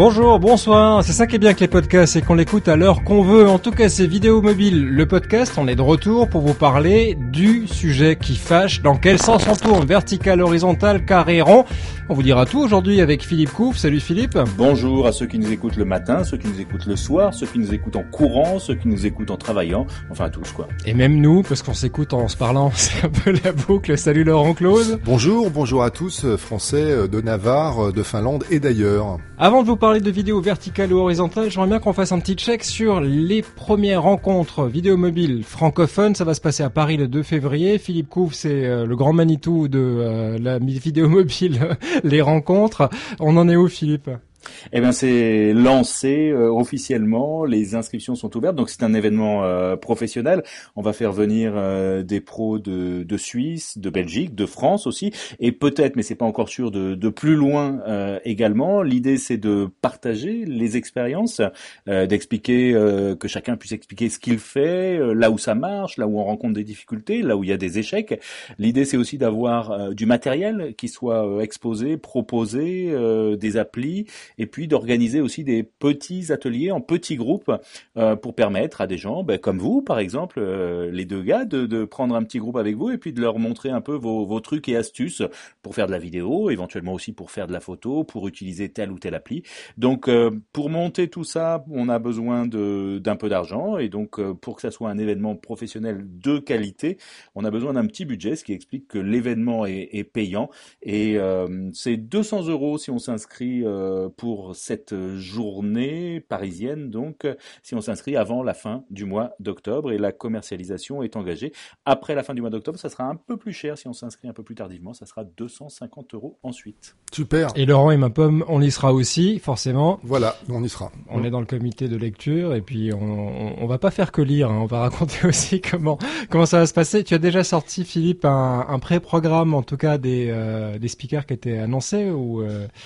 Bonjour, bonsoir, c'est ça qui est bien avec les podcasts, c'est qu'on l'écoute à l'heure qu'on veut. En tout cas, c'est Vidéo Mobile, le podcast, on est de retour pour vous parler du sujet qui fâche. Dans quel sens on tourne, vertical, horizontal, carré, rond. On vous dira tout aujourd'hui avec Philippe Couf. Salut Philippe. Bonjour à ceux qui nous écoutent le matin, ceux qui nous écoutent le soir, ceux qui nous écoutent en courant, ceux qui nous écoutent en travaillant, enfin à tous quoi. Et même nous, parce qu'on s'écoute en se parlant, c'est un peu la boucle. Salut Laurent Clause. Bonjour à tous, Français de Navarre, de Finlande et d'ailleurs. Avant de vous parler de vidéos verticales ou horizontales, j'aimerais bien qu'on fasse un petit check sur les premières rencontres vidéo mobile francophones. Ça va se passer à Paris le 2 février. Philippe Couf, c'est le grand Manitou de la vidéo mobile, les rencontres. On en est où, Philippe ? Eh bien, c'est lancé officiellement. Les inscriptions sont ouvertes, donc c'est un événement professionnel. On va faire venir des pros de Suisse, de Belgique, de France aussi, et peut-être, mais c'est pas encore sûr, de plus loin également. L'idée, c'est de partager les expériences, d'expliquer que chacun puisse expliquer ce qu'il fait, là où ça marche, là où on rencontre des difficultés, là où il y a des échecs. L'idée, c'est aussi d'avoir du matériel qui soit exposé, proposé, des applis. Et puis d'organiser aussi des petits ateliers en petits groupes pour permettre à des gens, comme vous par exemple, les deux gars, de prendre un petit groupe avec vous et puis de leur montrer un peu vos trucs et astuces pour faire de la vidéo, éventuellement aussi pour faire de la photo, pour utiliser telle ou telle appli. Donc pour monter tout ça, on a besoin d'un peu d'argent et donc pour que ça soit un événement professionnel de qualité, on a besoin d'un petit budget, ce qui explique que l'événement est payant et c'est 200 € si on s'inscrit pour cette journée parisienne, donc si on s'inscrit avant la fin du mois d'octobre, et la commercialisation est engagée. Après la fin du mois d'octobre, ça sera un peu plus cher. Si on s'inscrit un peu plus tardivement, ça sera 250 € ensuite. Super. Et Laurent et ma pomme, on y sera aussi, forcément. Voilà, on y sera. On est dans le comité de lecture, et puis on va pas faire que lire, hein. On va raconter aussi comment ça va se passer. Tu as déjà sorti, Philippe, un pré-programme, en tout cas des speakers qui étaient annoncés, ou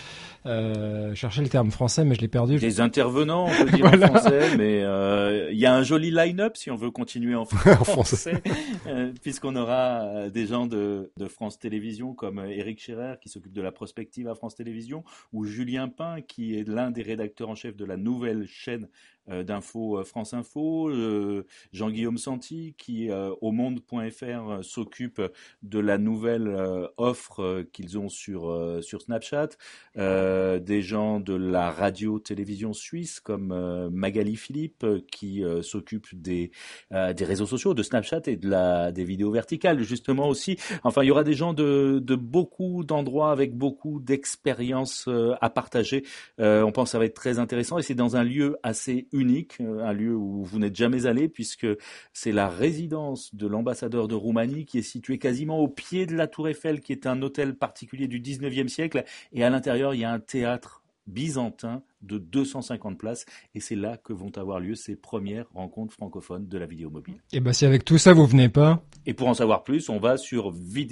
je cherchais le terme français, mais je l'ai perdu. Des intervenants, on peut dire voilà. En français, mais il y a un joli line-up si on veut continuer en français, puisqu'on aura des gens de France Télévisions comme Éric Scherer qui s'occupe de la prospective à France Télévisions, ou Julien Pain qui est l'un des rédacteurs en chef de la nouvelle chaîne d'info France Info, Jean-Guillaume Santi qui au monde.fr s'occupe de la nouvelle offre qu'ils ont sur Snapchat, des gens de la radio-télévision suisse comme Magali Philippe qui s'occupe des réseaux sociaux, de Snapchat et des vidéos verticales justement aussi. Enfin, il y aura des gens de beaucoup d'endroits avec beaucoup d'expériences à partager. On pense que ça va être très intéressant et c'est dans un lieu assez unique, un lieu où vous n'êtes jamais allé puisque c'est la résidence de l'ambassadeur de Roumanie qui est située quasiment au pied de la Tour Eiffel, qui est un hôtel particulier du 19e siècle, et à l'intérieur il y a un théâtre byzantin de 250 places, et c'est là que vont avoir lieu ces premières rencontres francophones de la vidéo mobile. Et si avec tout ça vous venez pas. Et pour en savoir plus, on va sur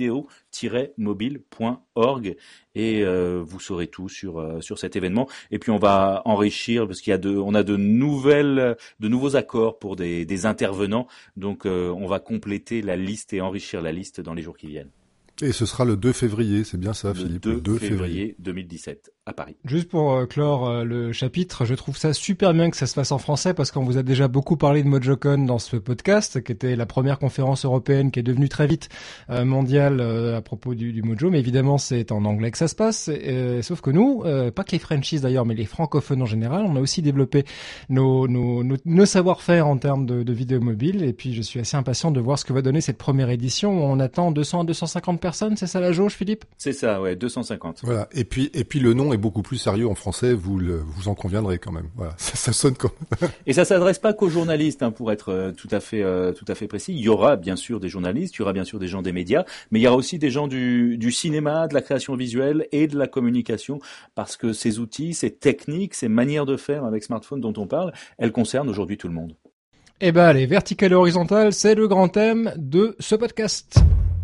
vidéo-mobile.org et vous saurez tout sur cet événement. Et puis on va enrichir parce on a de nouveaux accords pour des intervenants. Donc on va compléter la liste et enrichir la liste dans les jours qui viennent. Et ce sera le 2 février, c'est bien ça, Philippe? Le 2 février 2017, à Paris. Juste pour clore le chapitre, je trouve ça super bien que ça se fasse en français parce qu'on vous a déjà beaucoup parlé de MojoCon dans ce podcast, qui était la première conférence européenne qui est devenue très vite mondiale à propos du Mojo. Mais évidemment, c'est en anglais que ça se passe. Sauf que nous, pas que les Frenchies d'ailleurs, mais les francophones en général, on a aussi développé nos savoir-faire en termes de vidéo mobile. Et puis, je suis assez impatient de voir ce que va donner cette première édition. On attend 200 à 250 personnes, c'est ça la jauge, Philippe ? C'est ça, ouais, 250. Voilà. Et puis le nom est beaucoup plus sérieux en français, vous en conviendrez quand même. Voilà, ça sonne comme. Et ça s'adresse pas qu'aux journalistes, pour être tout à fait précis. Il y aura bien sûr des journalistes, il y aura bien sûr des gens des médias, mais il y aura aussi des gens du cinéma, de la création visuelle et de la communication, parce que ces outils, ces techniques, ces manières de faire avec smartphone dont on parle, elles concernent aujourd'hui tout le monde. Allez, vertical et horizontal, c'est le grand thème de ce podcast.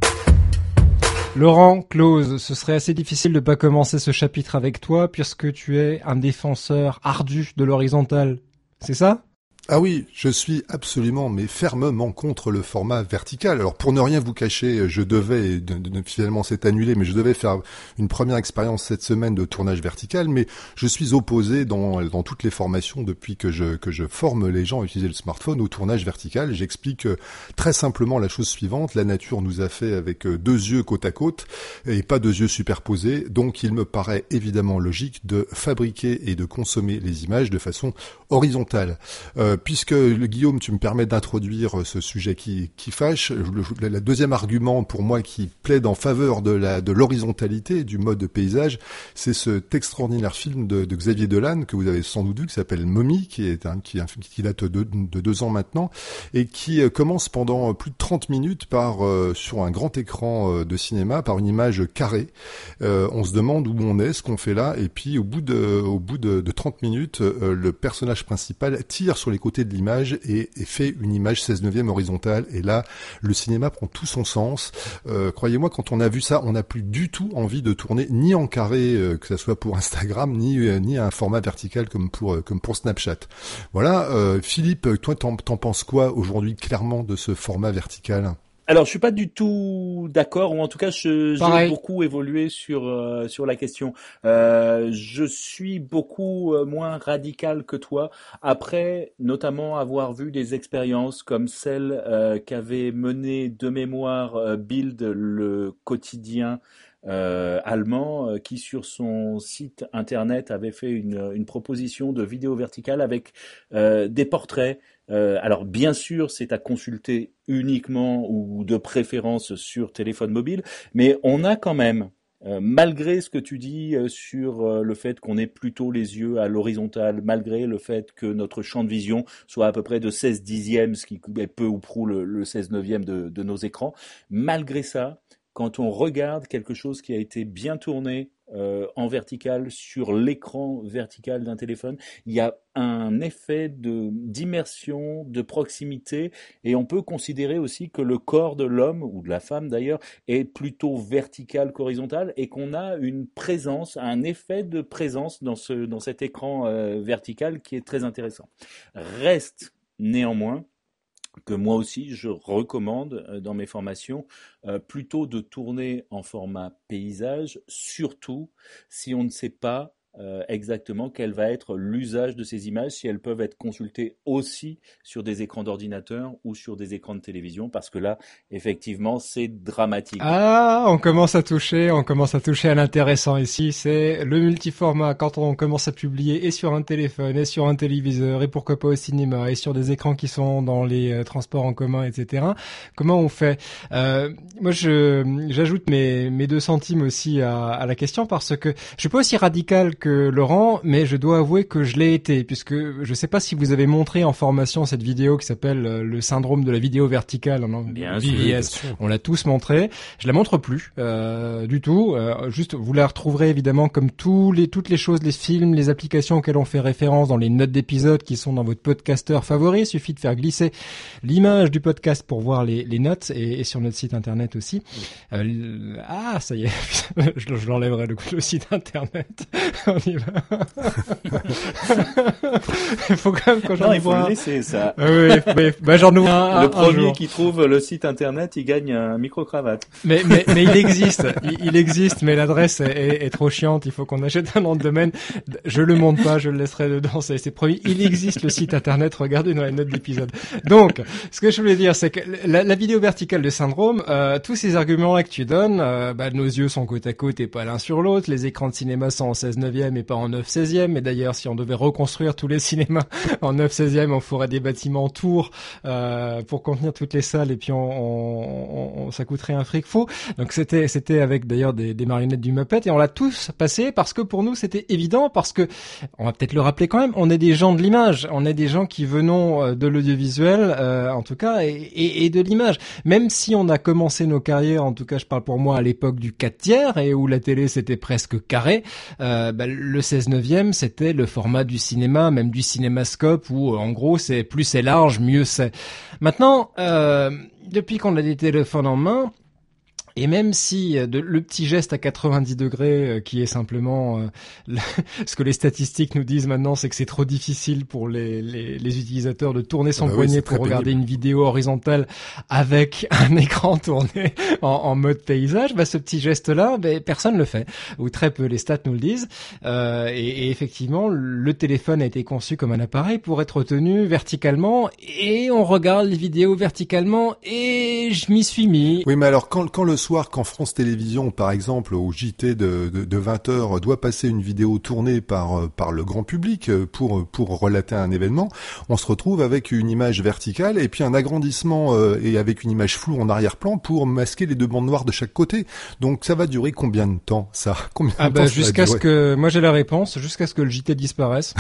Laurent Clause, ce serait assez difficile de pas commencer ce chapitre avec toi puisque tu es un défenseur ardu de l'horizontal. C'est ça ? Ah oui, je suis absolument, mais fermement contre le format vertical. Alors pour ne rien vous cacher, je devais, finalement c'est annulé, mais je devais faire une première expérience cette semaine de tournage vertical, mais je suis opposé dans toutes les formations depuis que je forme les gens à utiliser le smartphone au tournage vertical. J'explique très simplement la chose suivante: la nature nous a fait avec deux yeux côte à côte et pas deux yeux superposés, donc il me paraît évidemment logique de fabriquer et de consommer les images de façon horizontale. Puisque Guillaume, tu me permets d'introduire ce sujet qui fâche, le deuxième argument pour moi qui plaide en faveur de l'horizontalité du mode de paysage, c'est cet extraordinaire film de Xavier Dolan que vous avez sans doute vu, qui s'appelle Mommy, qui date de 2 ans maintenant, et qui commence pendant plus de 30 minutes sur un grand écran de cinéma par une image carrée. On se demande où on est, ce qu'on fait là, et puis au bout de 30 minutes, le personnage principal tire sur les côtés de l'image et fait une image 16/9 horizontale, et là le cinéma prend tout son sens. Croyez-moi, quand on a vu ça, on n'a plus du tout envie de tourner ni en carré, que ça soit pour Instagram, ni à un format vertical comme pour Snapchat. Voilà. Philippe, toi t'en penses quoi aujourd'hui clairement de ce format vertical? Alors, je suis pas du tout d'accord, ou en tout cas, j'ai beaucoup évolué sur la question. Je suis beaucoup moins radical que toi. Après, notamment avoir vu des expériences comme celle qu'avait menée de mémoire Bild, le quotidien allemand, qui sur son site internet avait fait une proposition de vidéo verticale avec des portraits. Alors bien sûr, c'est à consulter uniquement ou de préférence sur téléphone mobile, mais on a quand même, malgré ce que tu dis sur le fait qu'on ait plutôt les yeux à l'horizontale, malgré le fait que notre champ de vision soit à peu près de 16 dixièmes, ce qui est peu ou prou le 16/9 de nos écrans, malgré ça, quand on regarde quelque chose qui a été bien tourné en vertical sur l'écran vertical d'un téléphone, il y a un effet d'immersion, de proximité, et on peut considérer aussi que le corps de l'homme, ou de la femme d'ailleurs, est plutôt vertical qu'horizontal, et qu'on a une présence, un effet de présence dans cet écran vertical qui est très intéressant. Reste néanmoins que moi aussi je recommande dans mes formations plutôt de tourner en format paysage, surtout si on ne sait pas exactement quel va être l'usage de ces images, si elles peuvent être consultées aussi sur des écrans d'ordinateur ou sur des écrans de télévision, parce que là, effectivement, c'est dramatique. Ah, on commence à toucher à l'intéressant ici, c'est le multiformat. Quand on commence à publier et sur un téléphone, et sur un téléviseur, et pourquoi pas au cinéma, et sur des écrans qui sont dans les transports en commun, etc. Comment on fait? Moi, j'ajoute mes 2 centimes aussi à la question, parce que je suis pas aussi radical que Laurent, mais je dois avouer que je l'ai été, puisque je sais pas si vous avez montré en formation cette vidéo qui s'appelle le syndrome de la vidéo verticale. Bien sûr. On l'a tous montré. Je la montre plus du tout. Juste, vous la retrouverez évidemment comme toutes les choses, les films, les applications auxquelles on fait référence dans les notes d'épisode qui sont dans votre podcasteur favori. Il suffit de faire glisser l'image du podcast pour voir les notes, et sur notre site internet aussi. Ça y est, je l'enlèverai le site internet. On y va. Il faut quand même que j'en il faut le laisser, ça. Oui, j'en ouvre un. Le premier jour qui trouve le site internet, il gagne un micro-cravate. Mais il existe. Il existe, mais l'adresse est trop chiante. Il faut qu'on achète un nom de domaine. Je le monte pas, je le laisserai dedans. C'est promis. Il existe le site internet. Regardez dans les notes d'épisode. Donc, ce que je voulais dire, c'est que la vidéo verticale de syndrome, tous ces arguments-là que tu donnes, nos yeux sont côte à côte et pas l'un sur l'autre. Les écrans de cinéma sont en 16/9 et pas en 9/16. Et d'ailleurs, si on devait reconstruire tous les cinémas en 9/16, on ferait des bâtiments tours pour contenir toutes les salles, et puis ça coûterait un fric fou. Donc c'était avec d'ailleurs des marionnettes du Muppet, et on l'a tous passé parce que pour nous c'était évident, parce que on va peut-être le rappeler quand même, on est des gens de l'image, on est des gens qui venons de l'audiovisuel en tout cas, et de l'image. Même si on a commencé nos carrières, en tout cas je parle pour moi, à l'époque du 4/3 et où la télé c'était presque carré, le 16/9 c'était le format du cinéma, même du cinémascope, où en gros c'est plus c'est large, mieux c'est. Maintenant, depuis qu'on a des téléphones en main, Et même si le petit geste à 90 degrés qui est simplement ce que les statistiques nous disent maintenant, c'est que c'est trop difficile pour les utilisateurs de tourner son poignet pour regarder une vidéo horizontale avec un écran tourné en mode paysage, ce petit geste-là, personne le fait, ou très peu, les stats nous le disent. Et effectivement, le téléphone a été conçu comme un appareil pour être tenu verticalement, et on regarde les vidéos verticalement, et je m'y suis mis. Oui, mais alors quand le soir, quand France Télévisions, par exemple, au JT de 20h, doit passer une vidéo tournée par le grand public pour relater un événement, on se retrouve avec une image verticale et puis un agrandissement et avec une image floue en arrière-plan pour masquer les deux bandes noires de chaque côté. Donc ça va durer combien de temps, ça? Combien de temps jusqu'à ce que, moi j'ai la réponse, jusqu'à ce que le JT disparaisse.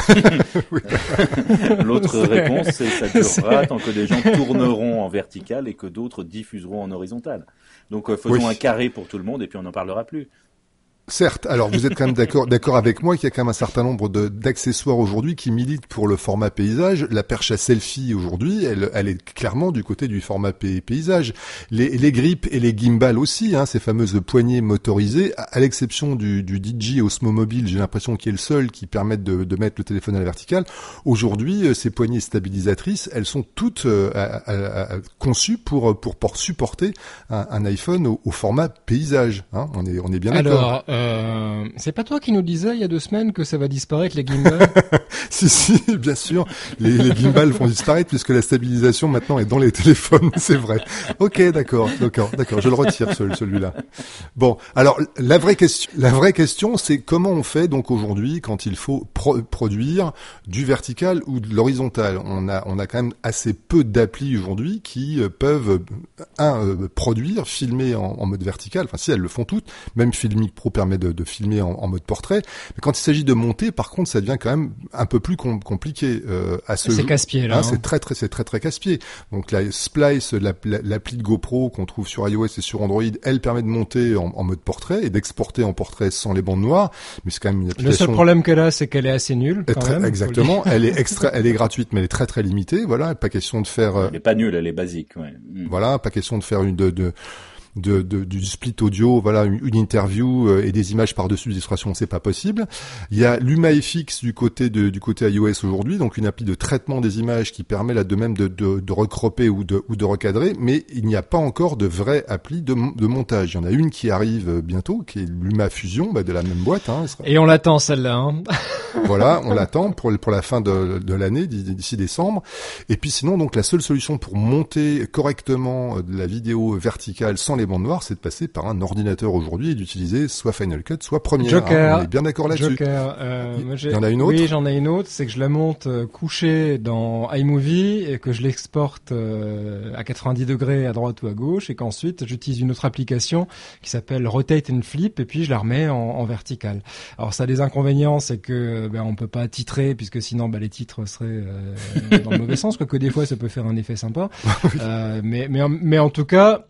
L'autre réponse, c'est ça durera tant que des gens tourneront en vertical et que d'autres diffuseront en horizontal. Donc faisons un carré pour tout le monde et puis on n'en parlera plus. Certes, alors vous êtes quand même d'accord avec moi qu'il y a quand même un certain nombre d'accessoires aujourd'hui qui militent pour le format paysage. La perche à selfie aujourd'hui, elle est clairement du côté du format paysage. Les grips et les gimbals aussi, ces fameuses poignées motorisées, à l'exception du DJI Osmo Mobile, j'ai l'impression qu'il est le seul qui permette de mettre le téléphone à la verticale. Aujourd'hui, ces poignées stabilisatrices, elles sont toutes conçues pour supporter un iPhone au format paysage. On est bien d'accord. C'est pas toi qui nous disais il y a 2 semaines que ça va disparaître les gimbals? Si, bien sûr. Les gimbals vont disparaître puisque la stabilisation maintenant est dans les téléphones, c'est vrai. Ok, d'accord. Je le retire celui-là. Bon, alors la vraie question, c'est comment on fait donc aujourd'hui quand il faut produire du vertical ou de l'horizontal. On a quand même assez peu d'applis aujourd'hui qui peuvent produire, filmer en mode vertical. Enfin, si elles le font toutes, même Filmic Pro permet de filmer en mode portrait. Mais quand il s'agit de monter, par contre, ça devient quand même un peu plus compliqué à ce C'est casse-pied là. C'est très casse-pied. Donc la Splice, l'appli de GoPro qu'on trouve sur iOS et sur Android, elle permet de monter en mode portrait et d'exporter en portrait sans les bandes noires. Mais c'est quand même une application. Le seul problème qu'elle a, c'est qu'elle est assez nulle. Exactement. Elle est gratuite, mais elle est très limitée. Voilà, pas question de faire. Elle est pas nulle, elle est basique. Ouais. Voilà, pas question de faire du split audio, voilà, une interview et des images par-dessus des illustrations, c'est pas possible. Il y a l'UmaFX du côté iOS aujourd'hui, donc une appli de traitement des images qui permet là de même de recropper ou de recadrer, mais il n'y a pas encore de vraie appli de montage. Il y en a une qui arrive bientôt, qui est l'UmaFusion, de la même boîte. Et on l'attend celle-là. Voilà, on l'attend pour la fin de l'année, d'ici décembre. Et puis sinon, donc la seule solution pour monter correctement de la vidéo verticale sans les bandes noires, c'est de passer par un ordinateur aujourd'hui et d'utiliser soit Final Cut, soit Premiere. Joker. On est bien d'accord là-dessus. Il y en a une autre? Oui, j'en ai une autre, c'est que je la monte couchée dans iMovie et que je l'exporte à 90 degrés à droite ou à gauche et qu'ensuite j'utilise une autre application qui s'appelle Rotate and Flip et puis je la remets en vertical. Alors ça a des inconvénients, c'est que on peut pas titrer puisque sinon les titres seraient dans le mauvais sens, quoique des fois ça peut faire un effet sympa. Mais en tout cas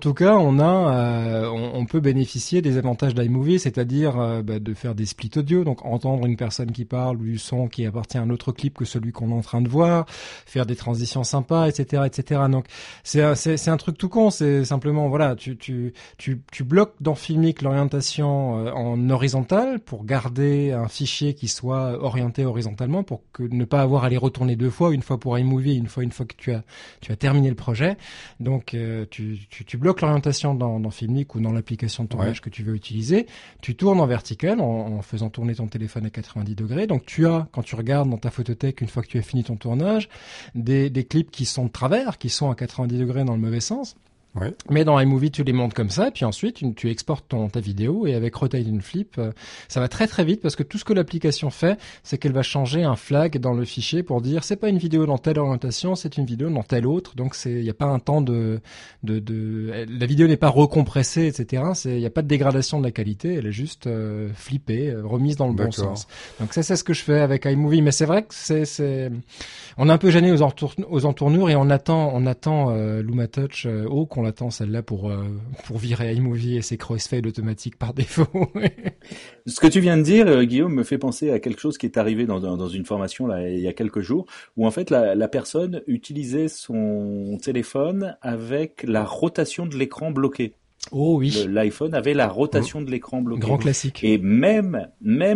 on peut bénéficier des avantages d'iMovie, c'est-à-dire de faire des splits audio, donc entendre une personne qui parle ou du son qui appartient à un autre clip que celui qu'on est en train de voir, faire des transitions sympas, etc. Donc c'est un truc tout con, c'est simplement tu bloques dans Filmic l'orientation en horizontal pour garder un fichier qui soit orienté horizontalement pour que ne pas avoir à les retourner 2 fois, une fois pour iMovie, une fois que tu as terminé le projet. Donc tu bloques l'orientation dans Filmic ou dans l'application de tournage que tu veux utiliser. Tu tournes en vertical en faisant tourner ton téléphone à 90 degrés. Donc tu as, quand tu regardes dans ta photothèque, une fois que tu as fini ton tournage, des clips qui sont de travers, qui sont à 90 degrés dans le mauvais sens. Ouais. Mais dans iMovie, tu les montes comme ça, puis ensuite tu exportes ta vidéo et avec Rotate and Flip, ça va très très vite parce que tout ce que l'application fait, c'est qu'elle va changer un flag dans le fichier pour dire c'est pas une vidéo dans telle orientation, c'est une vidéo dans telle autre. Donc il y a pas un temps la vidéo n'est pas recompressée, etc. Il y a pas de dégradation de la qualité, elle est juste flippée, remise dans le bon sens. Donc c'est ce que je fais avec iMovie. Mais c'est vrai que on est un peu gêné aux entournures et on attend Luma Touch qu'on l'attend celle-là pour virer iMovie et ses crossfade automatiques par défaut. Ce que tu viens de dire, Guillaume, me fait penser à quelque chose qui est arrivé dans une formation là il y a quelques jours, où en fait la personne utilisait son téléphone avec la rotation de l'écran bloquée. Oh oui. L'iPhone avait la rotation de l'écran bloqué. Grand classique. Et même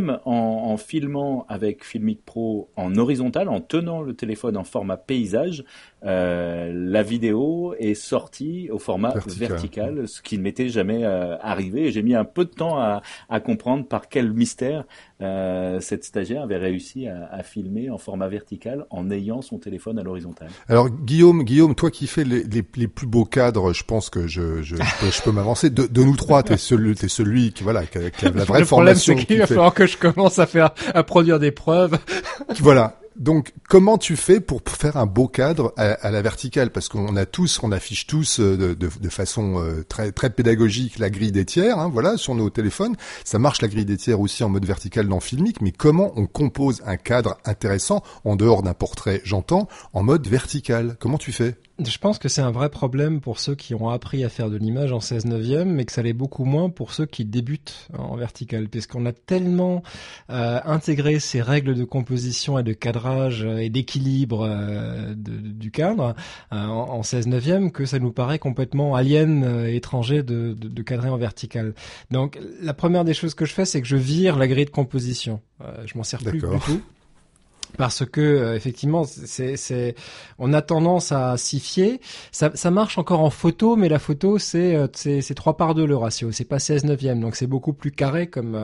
en filmant avec Filmic Pro en horizontal, en tenant le téléphone en format paysage, la vidéo est sortie au format vertical, ce qui ne m'était jamais arrivé. Et j'ai mis un peu de temps à comprendre par quel mystère cette stagiaire avait réussi à filmer en format vertical en ayant son téléphone à l'horizontale. Alors Guillaume, toi qui fais les plus beaux cadres, je pense que je peux m'avancer. De nous trois, t'es celui qui a la vraie formation. Le problème, c'est qu'il va falloir que je commence à produire des preuves. Voilà. Donc, comment tu fais pour faire un beau cadre à la verticale? Parce qu'on affiche tous de façon très très pédagogique la grille des tiers, voilà, sur nos téléphones. Ça marche la grille des tiers aussi en mode vertical dans Filmic, mais comment on compose un cadre intéressant en dehors d'un portrait, j'entends, en mode vertical? Comment tu fais? Je pense que c'est un vrai problème pour ceux qui ont appris à faire de l'image en 16/9, mais que ça l'est beaucoup moins pour ceux qui débutent en vertical, puisqu'on a tellement intégré ces règles de composition et de cadrage et d'équilibre du cadre en 16/9 que ça nous paraît complètement alien, étranger de cadrer en vertical. Donc la première des choses que je fais, c'est que je vire la grille de composition. Je m'en sers plus du tout. Parce que effectivement, on a tendance à s'y fier. Ça marche encore en photo, mais la photo c'est 3/2 le ratio. C'est pas 16/9, donc c'est beaucoup plus carré comme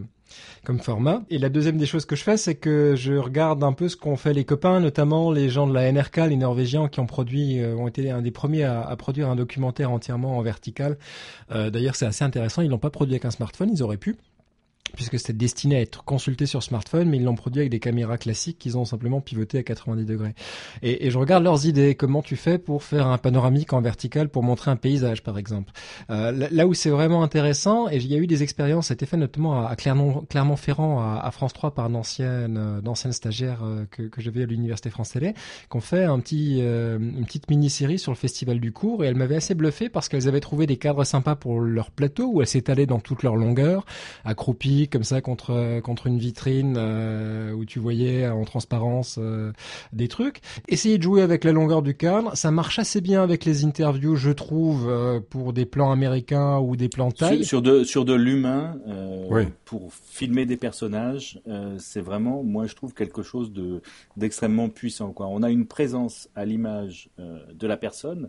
format. Et la deuxième des choses que je fais, c'est que je regarde un peu ce qu'ont fait les copains, notamment les gens de la NRK, les Norvégiens, qui ont été un des premiers à produire un documentaire entièrement en vertical. D'ailleurs, c'est assez intéressant. Ils l'ont pas produit avec un smartphone, ils auraient pu, puisque c'était destiné à être consulté sur smartphone, mais ils l'ont produit avec des caméras classiques qu'ils ont simplement pivoté à 90 degrés. Et je regarde leurs idées. Comment tu fais pour faire un panoramique en vertical pour montrer un paysage, par exemple? Là où c'est vraiment intéressant, et il y a eu des expériences, ça a été fait notamment à Clermont-Ferrand, à France 3 par d'anciennes stagiaires que j'avais à l'Université France Télé, qui ont fait une petite mini-série sur le Festival du Cours, et elles m'avaient assez bluffé parce qu'elles avaient trouvé des cadres sympas pour leur plateau, où elles s'étalaient dans toute leur longueur, accroupies comme ça contre une vitrine où tu voyais en transparence des trucs. Essayer de jouer avec la longueur du cadre, ça marche assez bien avec les interviews, je trouve, pour des plans américains ou des plans taille. Sur de l'humain, oui. Pour filmer des personnages, c'est vraiment, moi je trouve, quelque chose d'extrêmement puissant, quoi. On a une présence à l'image de la personne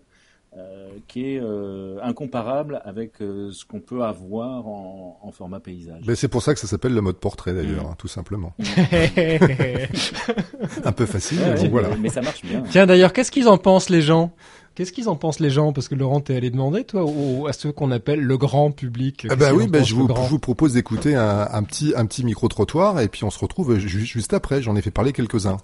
qui est incomparable avec ce qu'on peut avoir en format paysage. Mais c'est pour ça que ça s'appelle le mode portrait d'ailleurs, tout simplement. Un peu facile, mais bon, voilà. Mais ça marche bien. Tiens, d'ailleurs, qu'est-ce qu'ils en pensent les gens? Parce que Laurent, t'es allé demander, toi, à ceux qu'on appelle le grand public. Je vous propose d'écouter un petit micro-trottoir et puis on se retrouve juste après. J'en ai fait parler quelques-uns.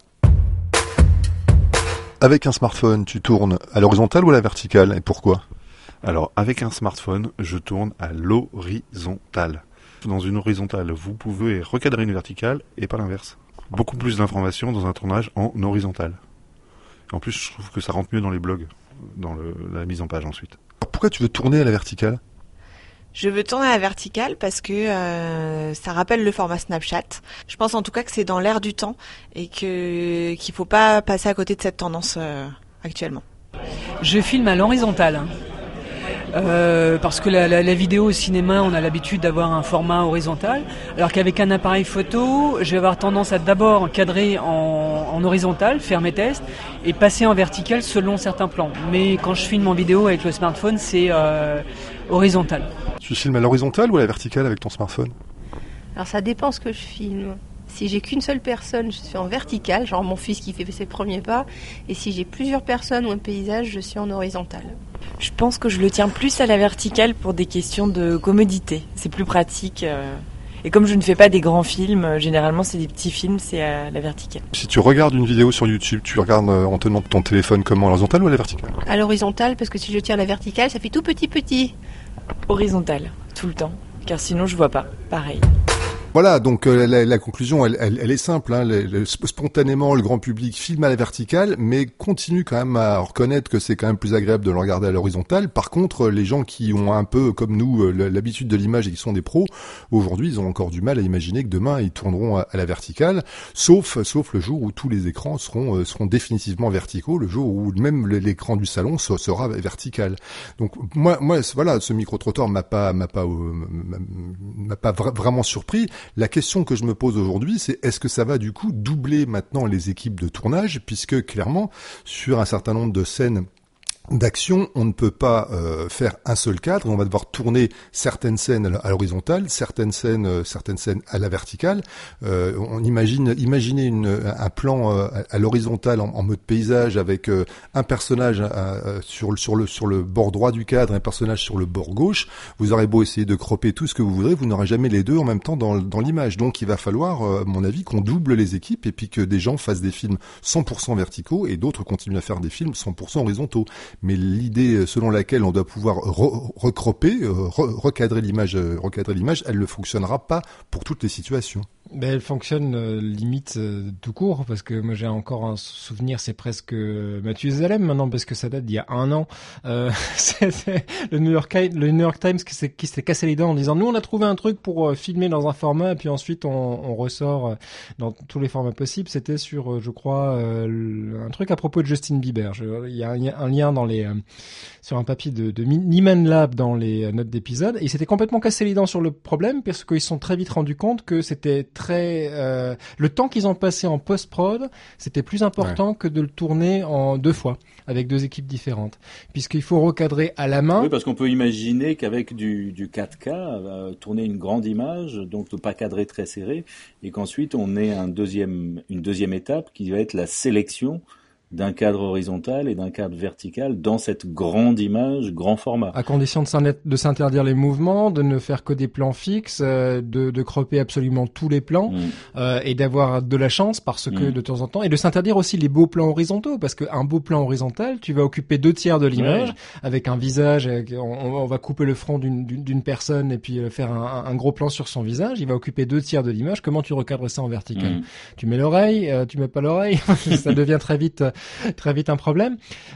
Avec un smartphone, tu tournes à l'horizontale ou à la verticale, et pourquoi? Alors, avec un smartphone, je tourne à l'horizontale. Dans une horizontale, vous pouvez recadrer une verticale et pas l'inverse. Beaucoup plus d'informations dans un tournage en horizontal. En plus, je trouve que ça rentre mieux dans les blogs, dans la mise en page ensuite. Pourquoi tu veux tourner à la verticale? Je veux tourner à la verticale parce que ça rappelle le format Snapchat. Je pense en tout cas que c'est dans l'air du temps et qu'il faut pas passer à côté de cette tendance actuellement. Je filme à l'horizontale. Parce que la vidéo au cinéma, on a l'habitude d'avoir un format horizontal, alors qu'avec un appareil photo, je vais avoir tendance à d'abord cadrer en horizontal, faire mes tests, et passer en vertical selon certains plans. Mais quand je filme en vidéo avec le smartphone, c'est horizontal. Tu filmes à l'horizontale ou à la verticale avec ton smartphone? Alors ça dépend ce que je filme. Si j'ai qu'une seule personne, je suis en vertical, genre mon fils qui fait ses premiers pas. Et si j'ai plusieurs personnes ou un paysage, je suis en horizontal. Je pense que je le tiens plus à la verticale pour des questions de commodité. C'est plus pratique. Et comme je ne fais pas des grands films, généralement c'est des petits films, c'est à la verticale. Si tu regardes une vidéo sur YouTube, tu regardes en tenant ton téléphone comment, à l'horizontale ou à la verticale? À l'horizontale, parce que si je tiens à la verticale, ça fait tout petit. Horizontale, tout le temps. Car sinon je vois pas. Pareil. Voilà, donc la conclusion, elle est simple. Hein, spontanément, le grand public filme à la verticale, mais continue quand même à reconnaître que c'est quand même plus agréable de le regarder à l'horizontale. Par contre, les gens qui ont un peu, comme nous, l'habitude de l'image et qui sont des pros, aujourd'hui, ils ont encore du mal à imaginer que demain, ils tourneront à la verticale, sauf le jour où tous les écrans seront définitivement verticaux, le jour où même l'écran du salon sera vertical. Donc moi, voilà, ce micro-trottoir m'a pas vraiment surpris. La question que je me pose aujourd'hui, c'est est-ce que ça va du coup doubler maintenant les équipes de tournage, puisque clairement, sur un certain nombre de scènes d'action, on ne peut pas faire un seul cadre. On va devoir tourner certaines scènes à l'horizontale, certaines scènes à la verticale. On imaginez un plan à l'horizontale en mode paysage avec un personnage sur le bord droit du cadre, un personnage sur le bord gauche. Vous aurez beau essayer de cropper tout ce que vous voudrez, vous n'aurez jamais les deux en même temps dans l'image. Donc il va falloir, à mon avis, qu'on double les équipes et puis que des gens fassent des films 100% verticaux et d'autres continuent à faire des films 100% horizontaux. Mais l'idée selon laquelle on doit pouvoir recadrer l'image, elle ne fonctionnera pas pour toutes les situations. Ben, elle fonctionne limite tout court, parce que moi j'ai encore un souvenir, c'est presque Mathusalem maintenant, parce que ça date d'il y a 1 an. C'était le New York Times qui s'est cassé les dents en disant nous on a trouvé un truc pour filmer dans un format, et puis ensuite on ressort dans tous les formats possibles. C'était sur, je crois, un truc à propos de Justin Bieber. Il y a un lien dans sur un papier de Nieman Lab dans les notes d'épisode, et ils s'étaient complètement cassé les dents sur le problème, parce qu'ils se sont très vite rendus compte que c'était le temps qu'ils ont passé en post-prod, c'était plus important que de le tourner en 2 fois, avec 2 équipes différentes, puisqu'il faut recadrer à la main. Oui, parce qu'on peut imaginer qu'avec du 4K, tourner une grande image, donc ne pas cadrer très serré, et qu'ensuite on ait une deuxième étape qui va être la sélection d'un cadre horizontal et d'un cadre vertical dans cette grande image, grand format. À condition de s'interdire les mouvements, de ne faire que des plans fixes, de cropper absolument tous les plans, et d'avoir de la chance parce que de temps en temps, et de s'interdire aussi les beaux plans horizontaux, parce qu'un beau plan horizontal, tu vas occuper 2/3 de l'image, avec un visage, on va couper le front d'une personne et puis faire un gros plan sur son visage, il va occuper 2/3 de l'image. Comment tu recadres ça en vertical? Tu mets l'oreille, tu mets pas l'oreille, ça devient très vite un problème.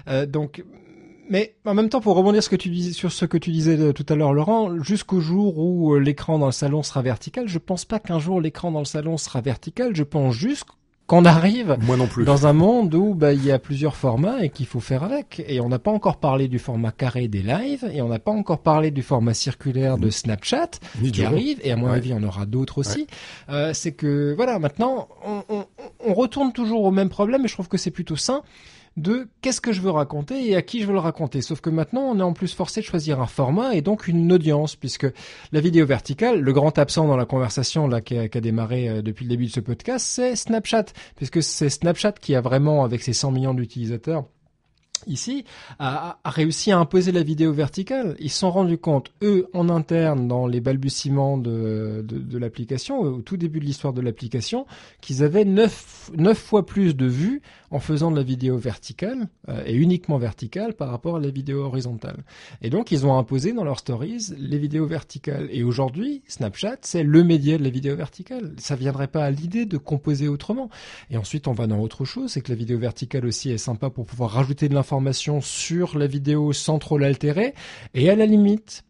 Mais en même temps, pour rebondir sur ce que tu disais tout à l'heure, Laurent, jusqu'au jour où l'écran dans le salon sera vertical, je pense pas qu'un jour l'écran dans le salon sera vertical. Je pense juste qu'on arrive dans un monde où il y a plusieurs formats et qu'il faut faire avec. Et on n'a pas encore parlé du format carré des lives, et on n'a pas encore parlé du format circulaire de Snapchat qui arrive, et à mon avis, il y en aura d'autres aussi. C'est que, voilà, maintenant, on retourne toujours au même problème, et je trouve que c'est plutôt sain de qu'est-ce que je veux raconter et à qui je veux le raconter. Sauf que maintenant, on est en plus forcé de choisir un format et donc une audience, puisque la vidéo verticale, le grand absent dans la conversation là qui a démarré depuis le début de ce podcast, c'est Snapchat, puisque c'est Snapchat qui a vraiment, avec ses 100 millions d'utilisateurs ici, a réussi à imposer la vidéo verticale. Ils se sont rendus compte, eux, en interne, dans les balbutiements de l'application, au tout début de l'histoire de l'application, qu'ils avaient 9 fois plus de vues en faisant de la vidéo verticale, et uniquement verticale, par rapport à la vidéo horizontale. Et donc, ils ont imposé dans leurs stories les vidéos verticales. Et aujourd'hui, Snapchat, c'est le média de la vidéo verticale. Ça viendrait pas à l'idée de composer autrement. Et ensuite, on va dans autre chose, c'est que la vidéo verticale aussi est sympa pour pouvoir rajouter de l'information sur la vidéo sans trop l'altérer. Et à la limite,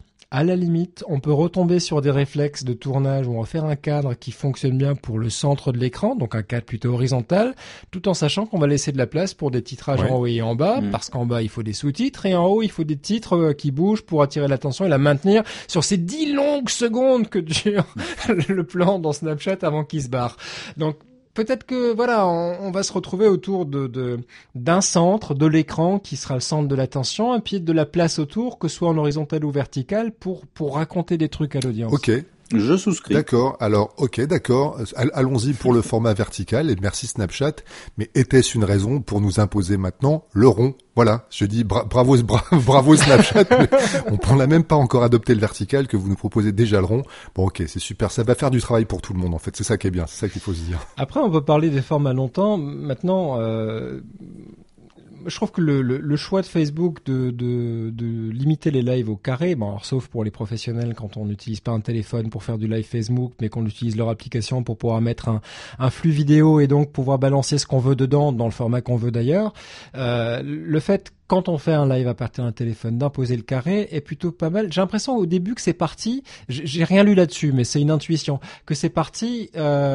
on peut retomber sur des réflexes de tournage où on va faire un cadre qui fonctionne bien pour le centre de l'écran, donc un cadre plutôt horizontal, tout en sachant qu'on va laisser de la place pour des titrages en haut et en bas, parce qu'en bas il faut des sous-titres, et en haut il faut des titres qui bougent pour attirer l'attention et la maintenir sur ces 10 longues secondes que dure le plan dans Snapchat avant qu'il se barre. Donc, peut-être que voilà, on va se retrouver autour d'un centre de l'écran qui sera le centre de l'attention, et puis de la place autour, que ce soit en horizontal ou vertical, pour raconter des trucs à l'audience. Ok. Je souscris. D'accord. Alors, d'accord. Allons-y pour le format vertical, et merci Snapchat. Mais était-ce une raison pour nous imposer maintenant le rond? Voilà. Je dis bravo Snapchat. On n'a même pas encore adopté le vertical, que vous nous proposez déjà le rond. Bon, ok, c'est super. Ça va faire du travail pour tout le monde, en fait. C'est ça qui est bien. C'est ça qu'il faut se dire. Après, on peut parler des formats longtemps. Maintenant, je trouve que le choix de Facebook de limiter les lives au carré, bon, alors, sauf pour les professionnels quand on n'utilise pas un téléphone pour faire du live Facebook, mais qu'on utilise leur application pour pouvoir mettre un flux vidéo et donc pouvoir balancer ce qu'on veut dedans dans le format qu'on veut d'ailleurs. Le fait quand on fait un live à partir d'un téléphone, d'imposer le carré est plutôt pas mal. J'ai l'impression au début que c'est parti, j'ai rien lu là-dessus, mais c'est une intuition, que c'est parti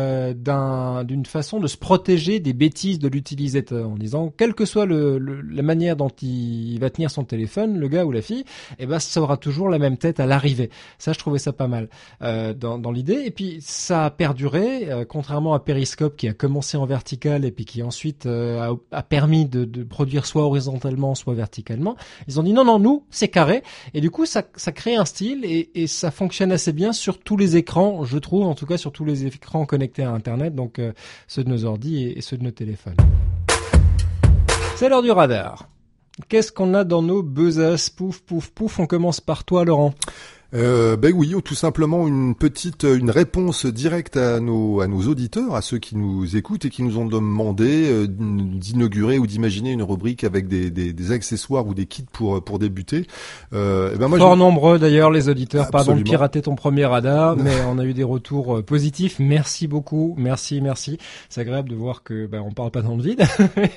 d'une façon de se protéger des bêtises de l'utilisateur, en disant, quelle que soit la manière dont il va tenir son téléphone, le gars ou la fille, eh ben ça aura toujours la même tête à l'arrivée. Ça, je trouvais ça pas mal dans l'idée. Et puis ça a perduré, contrairement à Periscope qui a commencé en vertical et puis qui ensuite a permis de produire soit horizontalement, soit verticalement. Ils ont dit non, nous, c'est carré. Et du coup, ça crée un style et ça fonctionne assez bien sur tous les écrans, je trouve, en tout cas sur tous les écrans connectés à Internet, donc ceux de nos ordi et ceux de nos téléphones. C'est l'heure du radar. Qu'est-ce qu'on a dans nos besaces? Pouf, pouf, pouf. On commence par toi, Laurent. Ben oui, tout simplement une réponse directe à nos auditeurs, à ceux qui nous écoutent et qui nous ont demandé d'inaugurer ou d'imaginer une rubrique avec des accessoires ou des kits pour débuter. Fort nombreux d'ailleurs les auditeurs. Absolument. Pardon de pirater ton premier radar, mais on a eu des retours positifs. Merci beaucoup, merci. C'est agréable de voir que on parle pas dans le vide.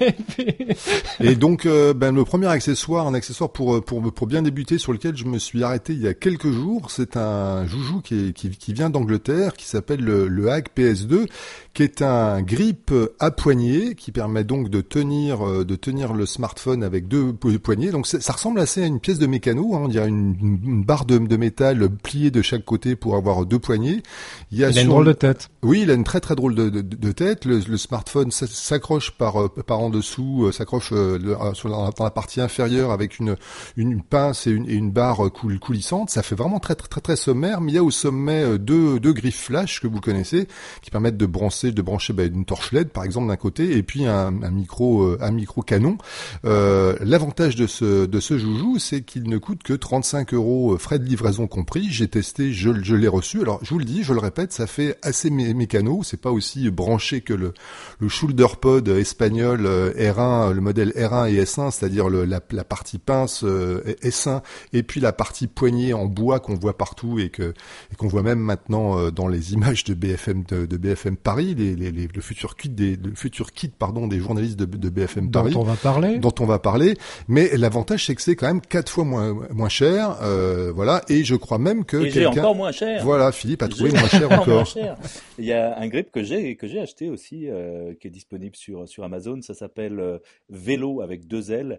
Et donc le premier accessoire, un accessoire pour bien débuter, sur lequel je me suis arrêté il y a quelques jours. C'est un joujou qui vient d'Angleterre, qui s'appelle le Hag PS2, qui est un grip à poignée, qui permet donc de tenir le smartphone avec deux poignées. Donc ça ressemble assez à une pièce de mécano, on dirait une barre de métal pliée de chaque côté pour avoir deux poignées. Il a une drôle de tête. Oui, il a une très très drôle de tête. Le smartphone s'accroche par en dessous, s'accroche dans la partie inférieure avec une pince et une barre coulissante. Ça fait vraiment très très très très sommaire, mais il y a au sommet deux griffes flash que vous connaissez, qui permettent de brancher une torche LED par exemple d'un côté, et puis un micro canon. L'avantage de ce joujou, c'est qu'il ne coûte que 35 € frais de livraison compris. J'ai testé, je l'ai reçu. Alors je vous le dis, je le répète, ça fait assez mécano. C'est pas aussi branché que le ShoulderPod espagnol R1, le modèle R1 et S1, c'est-à-dire la partie pince S1 et puis la partie poignée en bois qu'on voit partout et qu'on voit même maintenant dans les images de BFM Paris, le futur kit des journalistes de BFM Paris, dont on va parler. Mais l'avantage, c'est que c'est quand même 4 fois moins cher, voilà. Et je crois même que j'ai encore moins cher. Voilà, Philippe a trouvé moins cher encore. Moins cher. Il y a un grip que j'ai acheté aussi, qui est disponible sur Amazon. Ça s'appelle Vélo avec 2 L.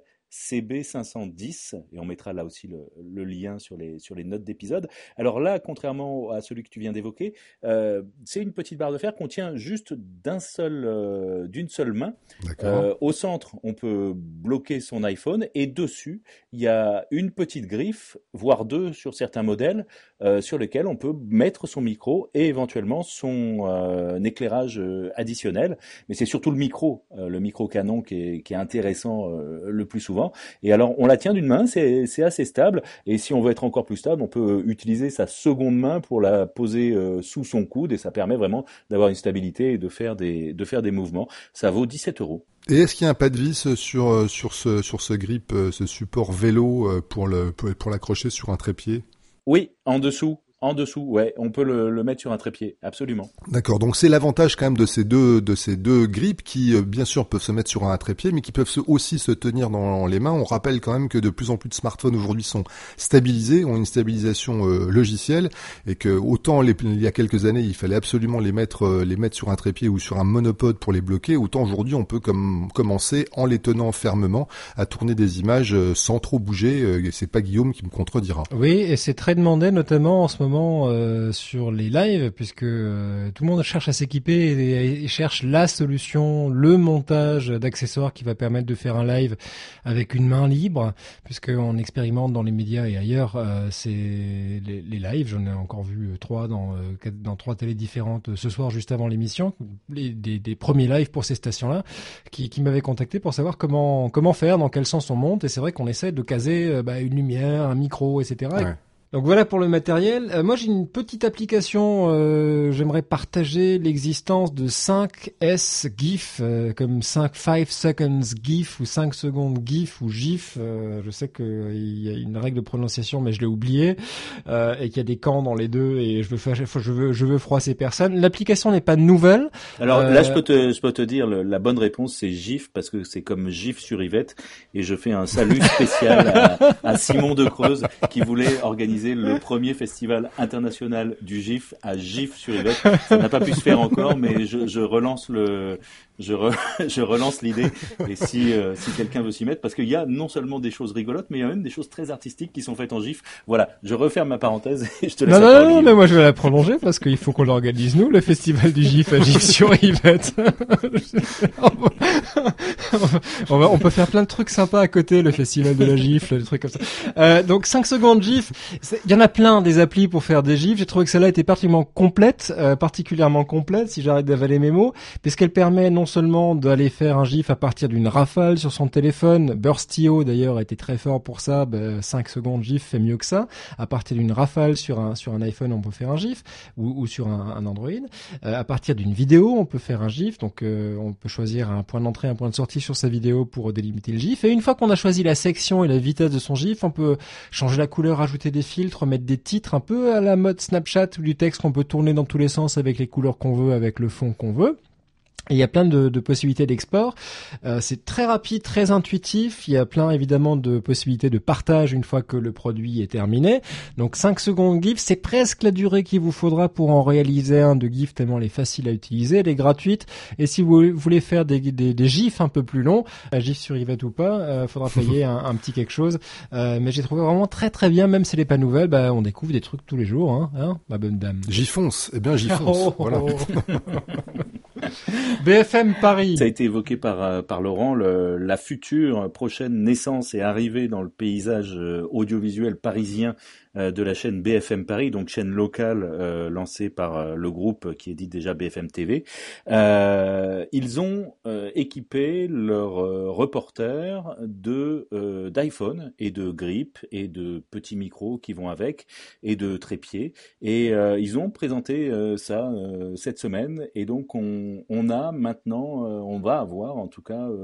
CB510, et on mettra là aussi le lien sur les notes d'épisode. Alors là, contrairement à celui que tu viens d'évoquer, c'est une petite barre de fer qu'on tient juste d'une seule main. Au centre, on peut bloquer son iPhone, et dessus, il y a une petite griffe, voire 2 sur certains modèles, sur lesquels on peut mettre son micro et éventuellement son éclairage additionnel. Mais c'est surtout le micro canon qui est intéressant le plus souvent. Et alors, on la tient d'une main, c'est assez stable. Et si on veut être encore plus stable, on peut utiliser sa seconde main pour la poser sous son coude, et ça permet vraiment d'avoir une stabilité et de faire des mouvements. Ça vaut 17 €. Et est-ce qu'il y a un pas de vis sur ce grip, ce support vélo pour l'accrocher sur un trépied? Oui, en dessous, ouais, on peut le mettre sur un trépied, absolument. D'accord, donc c'est l'avantage quand même de ces deux grips qui, bien sûr, peuvent se mettre sur un trépied, mais qui peuvent aussi se tenir dans les mains. On rappelle quand même que de plus en plus de smartphones aujourd'hui sont stabilisés, ont une stabilisation logicielle, et que autant il y a quelques années, il fallait absolument les mettre sur un trépied ou sur un monopode pour les bloquer, autant aujourd'hui on peut commencer en les tenant fermement à tourner des images sans trop bouger. Et c'est pas Guillaume qui me contredira. Oui, et c'est très demandé, notamment en ce moment sur les lives, puisque tout le monde cherche à s'équiper et cherche la solution, le montage d'accessoires qui va permettre de faire un live avec une main libre, puisqu'on expérimente dans les médias et ailleurs c'est les lives. J'en ai encore vu 3 dans 3 télés différentes ce soir, juste avant l'émission, des premiers lives pour ces stations-là, qui m'avaient contacté pour savoir comment faire, dans quel sens on monte. Et c'est vrai qu'on essaie de caser une lumière, un micro, etc. Ouais. Donc voilà pour le matériel. Moi j'ai une petite application, j'aimerais partager l'existence de 5S GIF, comme 5 seconds GIF ou 5 secondes GIF ou GIF. Je sais qu'il y a une règle de prononciation mais je l'ai oublié, et qu'il y a des camps dans les deux et je veux froisser personne. L'application n'est pas nouvelle. Alors là je peux te dire la bonne réponse c'est GIF parce que c'est comme GIF sur Yvette et je fais un salut spécial à Simon de Creuse qui voulait organiser le premier festival international du GIF à GIF sur Yvette. Ça n'a pas pu se faire encore, mais je relance je relance l'idée. Et si quelqu'un veut s'y mettre, parce qu'il y a non seulement des choses rigolotes, mais il y a même des choses très artistiques qui sont faites en GIF. Voilà, je referme ma parenthèse et je te laisse. Non, mais moi je vais la prolonger parce qu'il faut qu'on l'organise nous, le festival du GIF à GIF sur Yvette. On peut faire plein de trucs sympas à côté, le festival de la GIF, des trucs comme ça. Donc 5 secondes GIF, il y en a plein des applis pour faire des GIFs. J'ai trouvé que celle-là était particulièrement complète, si j'arrête d'avaler mes mots, puisqu'elle permet non seulement d'aller faire un GIF à partir d'une rafale sur son téléphone. Burstio d'ailleurs était très fort pour ça. 5 secondes GIF fait mieux que ça. À partir d'une rafale sur un iPhone, on peut faire un GIF ou sur un Android. À partir d'une vidéo, on peut faire un GIF. Donc on peut choisir un point d'entrée, un point de sortie sur sa vidéo pour délimiter le GIF. Et une fois qu'on a choisi la section et la vitesse de son GIF, on peut changer la couleur, ajouter des filtres, mettre des titres un peu à la mode Snapchat ou du texte qu'on peut tourner dans tous les sens avec les couleurs qu'on veut, avec le fond qu'on veut. Et il y a plein de possibilités d'export. C'est très rapide, très intuitif. Il y a plein évidemment de possibilités de partage une fois que le produit est terminé. Donc 5 secondes GIF, c'est presque la durée qu'il vous faudra pour en réaliser un de GIF tellement elle est facile à utiliser, elle est gratuite. Et si vous voulez faire des GIFs un peu plus longs, GIF sur Yvette ou pas, faudra payer un petit quelque chose. Mais j'ai trouvé vraiment très très bien, même si elle n'est pas nouvelle, on découvre des trucs tous les jours, hein, ma bonne dame. J'y-fonce, voilà. BFM Paris. Ça a été évoqué par Laurent, la future prochaine naissance et arrivée dans le paysage audiovisuel parisien de la chaîne BFM Paris, donc chaîne locale lancée par le groupe qui édite déjà BFM TV. Ils ont équipé leurs reporters d'iPhone et de grippe et de petits micros qui vont avec et de trépieds. Et ils ont présenté ça cette semaine. Et donc on a maintenant, on va avoir en tout cas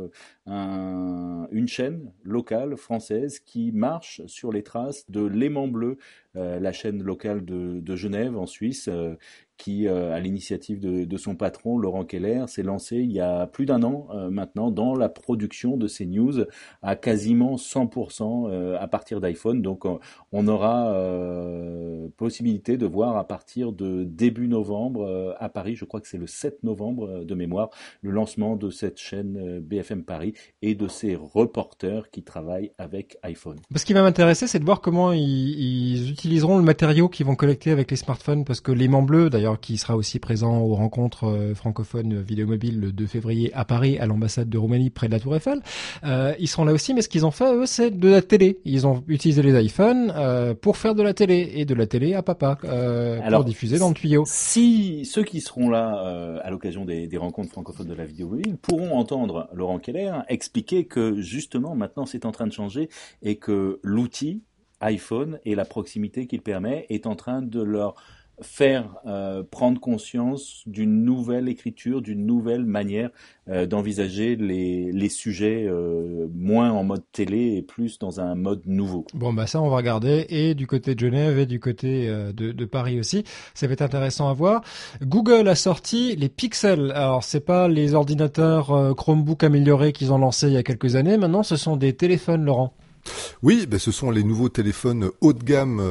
une chaîne locale française qui marche sur les traces de l'Aimant Bleu, la chaîne locale de Genève en Suisse, qui, à l'initiative de son patron, Laurent Keller, s'est lancé il y a plus d'un an maintenant dans la production de ces news à quasiment 100% à partir d'iPhone. Donc on aura possibilité de voir à partir de début novembre à Paris, je crois que c'est le 7 novembre de mémoire, le lancement de cette chaîne BFM Paris et de ses reporters qui travaillent avec iPhone. Ce qui va m'intéresser, c'est de voir comment ils utiliseront le matériau qu'ils vont collecter avec les smartphones, parce que l'Aimant Bleu, d'ailleurs, qui sera aussi présent aux rencontres francophones vidéomobiles le 2 février à Paris, à l'ambassade de Roumanie près de la Tour Eiffel. Ils seront là aussi, mais ce qu'ils ont fait, eux, c'est de la télé. Ils ont utilisé les iPhones pour faire de la télé, et de la télé à papa, pour diffuser dans le tuyau. Si ceux qui seront là à l'occasion des rencontres francophones de la vidéomobile pourront entendre Laurent Keller expliquer que justement maintenant c'est en train de changer et que l'outil iPhone et la proximité qu'il permet est en train de leur faire prendre conscience d'une nouvelle écriture, d'une nouvelle manière d'envisager les sujets moins en mode télé et plus dans un mode nouveau. Bon, ça on va regarder, et du côté de Genève et du côté de Paris aussi. Ça va être intéressant à voir. Google a sorti les Pixel. Alors c'est pas les ordinateurs Chromebook améliorés qu'ils ont lancés il y a quelques années. Maintenant ce sont des téléphones, Laurent. Oui, ce sont les nouveaux téléphones haut de gamme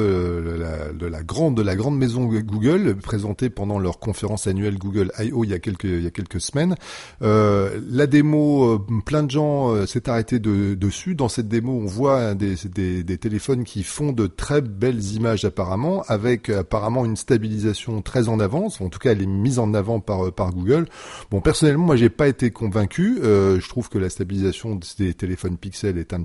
de la grande maison Google, présentés pendant leur conférence annuelle Google I.O. il y a quelques semaines. La démo, plein de gens s'est arrêté dessus. Dans cette démo, on voit des téléphones qui font de très belles images apparemment, avec apparemment une stabilisation très en avance. En tout cas, elle est mise en avant par Google. Bon, personnellement, moi, j'ai pas été convaincu. Je trouve que la stabilisation des téléphones Pixel est un petit peu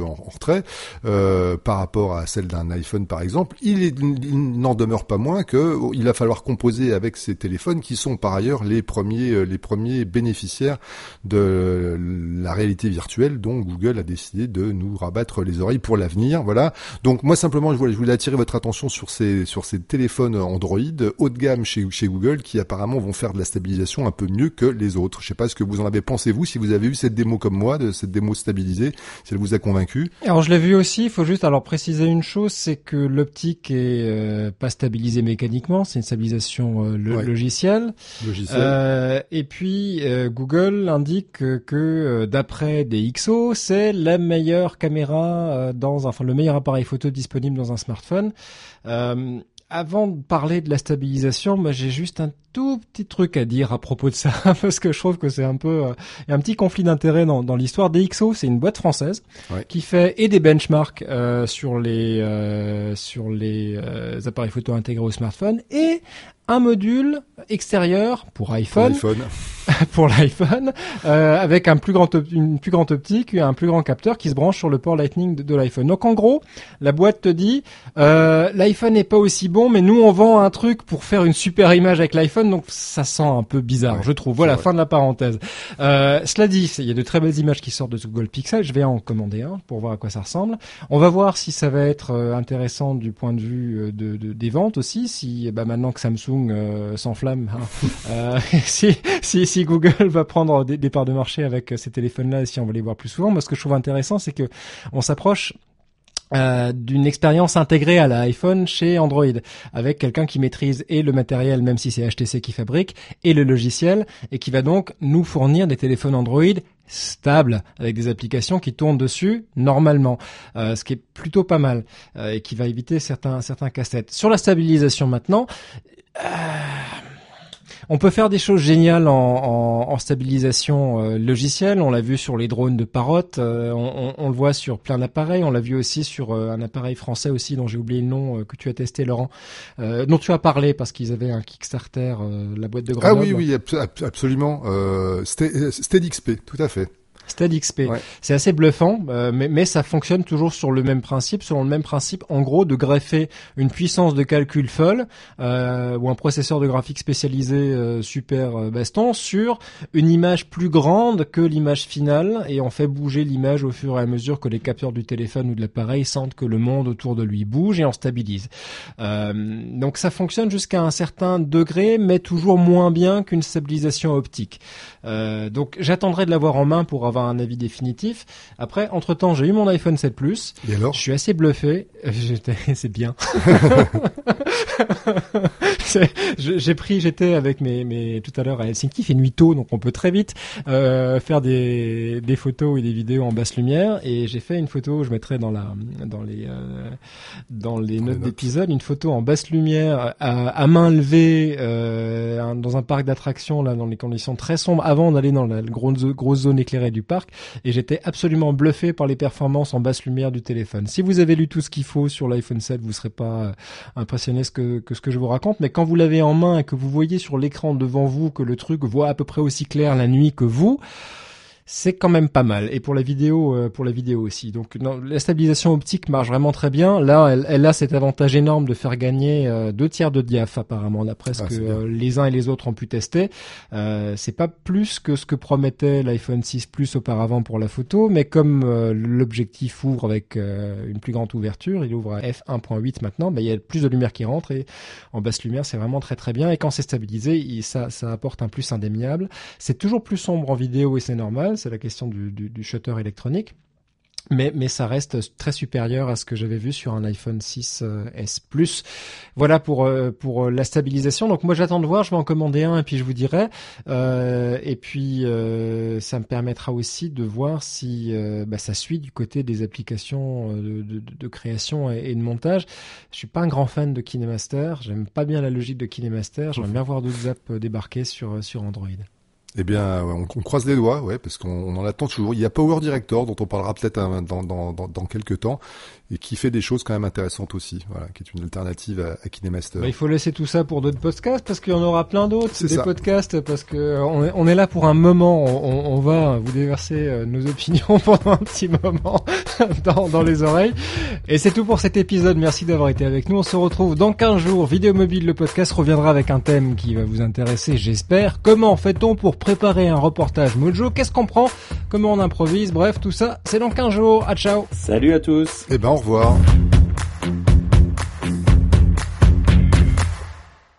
en retrait par rapport à celle d'un iPhone par exemple. Il n'en demeure pas moins que il va falloir composer avec ces téléphones qui sont par ailleurs les premiers bénéficiaires de la réalité virtuelle dont Google a décidé de nous rabattre les oreilles pour l'avenir. Voilà. Donc moi simplement je voulais attirer votre attention sur ces téléphones Android haut de gamme chez Google qui apparemment vont faire de la stabilisation un peu mieux que les autres. Je sais pas ce que vous en avez pensé vous, si vous avez eu cette démo comme moi, de cette démo stabilisée, si elle vous a convaincu. Alors je l'ai vu aussi, il faut juste alors préciser une chose, c'est que l'optique est pas stabilisée mécaniquement, c'est une stabilisation logicielle. Et puis Google indique que d'après des XO, c'est la meilleure caméra le meilleur appareil photo disponible dans un smartphone. Avant de parler de la stabilisation, moi j'ai juste un tout petit truc à dire à propos de ça parce que je trouve que c'est un peu il y a un petit conflit d'intérêt dans l'histoire. DxO, c'est une boîte française qui fait des benchmarks sur les appareils photo intégrés au smartphone et un module extérieur pour iPhone. Pour l'iPhone, avec une plus grande optique et un plus grand capteur qui se branche sur le port Lightning de l'iPhone. Donc en gros, la boîte te dit l'iPhone n'est pas aussi bon, mais nous on vend un truc pour faire une super image avec l'iPhone, donc ça sent un peu bizarre, je trouve. Voilà, fin de la parenthèse. Cela dit, il y a de très belles images qui sortent de ce Google Pixel. Je vais en commander un pour voir à quoi ça ressemble. On va voir si ça va être intéressant du point de vue des ventes aussi. Si maintenant que Samsung s'enflamme, si Google va prendre des parts de marché avec ces téléphones-là et si on va les voir plus souvent. Moi, ce que je trouve intéressant, c'est que on s'approche d'une expérience intégrée à l'iPhone chez Android, avec quelqu'un qui maîtrise et le matériel, même si c'est HTC qui fabrique, et le logiciel, et qui va donc nous fournir des téléphones Android stables, avec des applications qui tournent dessus normalement, ce qui est plutôt pas mal, et qui va éviter certains casse-têtes. Sur la stabilisation maintenant, on peut faire des choses géniales en stabilisation logicielle. On l'a vu sur les drones de Parrot, on le voit sur plein d'appareils. On l'a vu aussi sur un appareil français aussi dont j'ai oublié le nom que tu as testé, Laurent, dont tu as parlé parce qu'ils avaient un Kickstarter, la boîte de Grenoble. Ah oui, absolument. SteadXP, tout à fait. SteadXP. C'est assez bluffant, mais ça fonctionne toujours sur le même principe, en gros, de greffer une puissance de calcul folle ou un processeur de graphique spécialisé super baston sur une image plus grande que l'image finale, et on fait bouger l'image au fur et à mesure que les capteurs du téléphone ou de l'appareil sentent que le monde autour de lui bouge, et on stabilise. Donc ça fonctionne jusqu'à un certain degré, mais toujours moins bien qu'une stabilisation optique. Donc j'attendrai de l'avoir en main pour avoir un avis définitif. Après, entre-temps, j'ai eu mon iPhone 7 Plus. Et alors ? Je suis assez bluffé. C'est bien. J'étais avec mes tout à l'heure à Helsinki, il fait nuit tôt, donc on peut très vite faire des photos et des vidéos en basse lumière. Et j'ai fait une photo, je mettrai dans les notes d'épisode, une photo en basse lumière à main levée dans un parc d'attractions là, dans les conditions très sombres, avant d'aller dans la grosse zone éclairée du parc, et j'étais absolument bluffé par les performances en basse lumière du téléphone. Si vous avez lu tout ce qu'il faut sur l'iPhone 7, vous serez pas impressionné ce que je vous raconte, mais quand vous l'avez en main et que vous voyez sur l'écran devant vous que le truc voit à peu près aussi clair la nuit que vous, c'est quand même pas mal. Et pour la vidéo aussi. Donc la stabilisation optique marche vraiment très bien. Là, elle a cet avantage énorme de faire gagner 2/3 de diaph apparemment, d'après ce que les uns et les autres ont pu tester. C'est pas plus que ce que promettait l'iPhone 6 Plus auparavant pour la photo, mais comme l'objectif ouvre avec une plus grande ouverture, il ouvre à f1.8 maintenant, il y a plus de lumière qui rentre, et en basse lumière c'est vraiment très très bien. Et quand c'est stabilisé, ça apporte un plus indéniable. C'est toujours plus sombre en vidéo et c'est normal. C'est la question du shutter électronique. Mais ça reste très supérieur à ce que j'avais vu sur un iPhone 6S Plus. Voilà pour la stabilisation. Donc moi j'attends de voir, je vais en commander un et puis je vous dirai. Et puis ça me permettra aussi de voir si ça suit du côté des applications de création et de montage. Je suis pas un grand fan de KineMaster. J'aime pas bien la logique de KineMaster. J'aimerais bien voir d'autres apps débarquer sur Android. Eh bien, on croise les doigts, ouais, parce qu'on en attend toujours. Il y a Power Director, dont on parlera peut-être dans quelques temps, et qui fait des choses quand même intéressantes aussi, voilà, qui est une alternative à KineMaster. Il faut laisser tout ça pour d'autres podcasts, parce qu'il y en aura plein d'autres, C'est des ça. podcasts, parce que on est là pour un moment. On va vous déverser nos opinions pendant un petit moment dans les oreilles. Et c'est tout pour cet épisode. Merci d'avoir été avec nous. On se retrouve dans 15 jours. Vidéo Mobile, le podcast reviendra avec un thème qui va vous intéresser, j'espère. Comment fait-on pour préparer un reportage Mojo? Qu'est-ce qu'on prend? Comment on improvise? Bref, tout ça, c'est dans 15 jours. À ciao. Salut à tous. Eh ben, au revoir.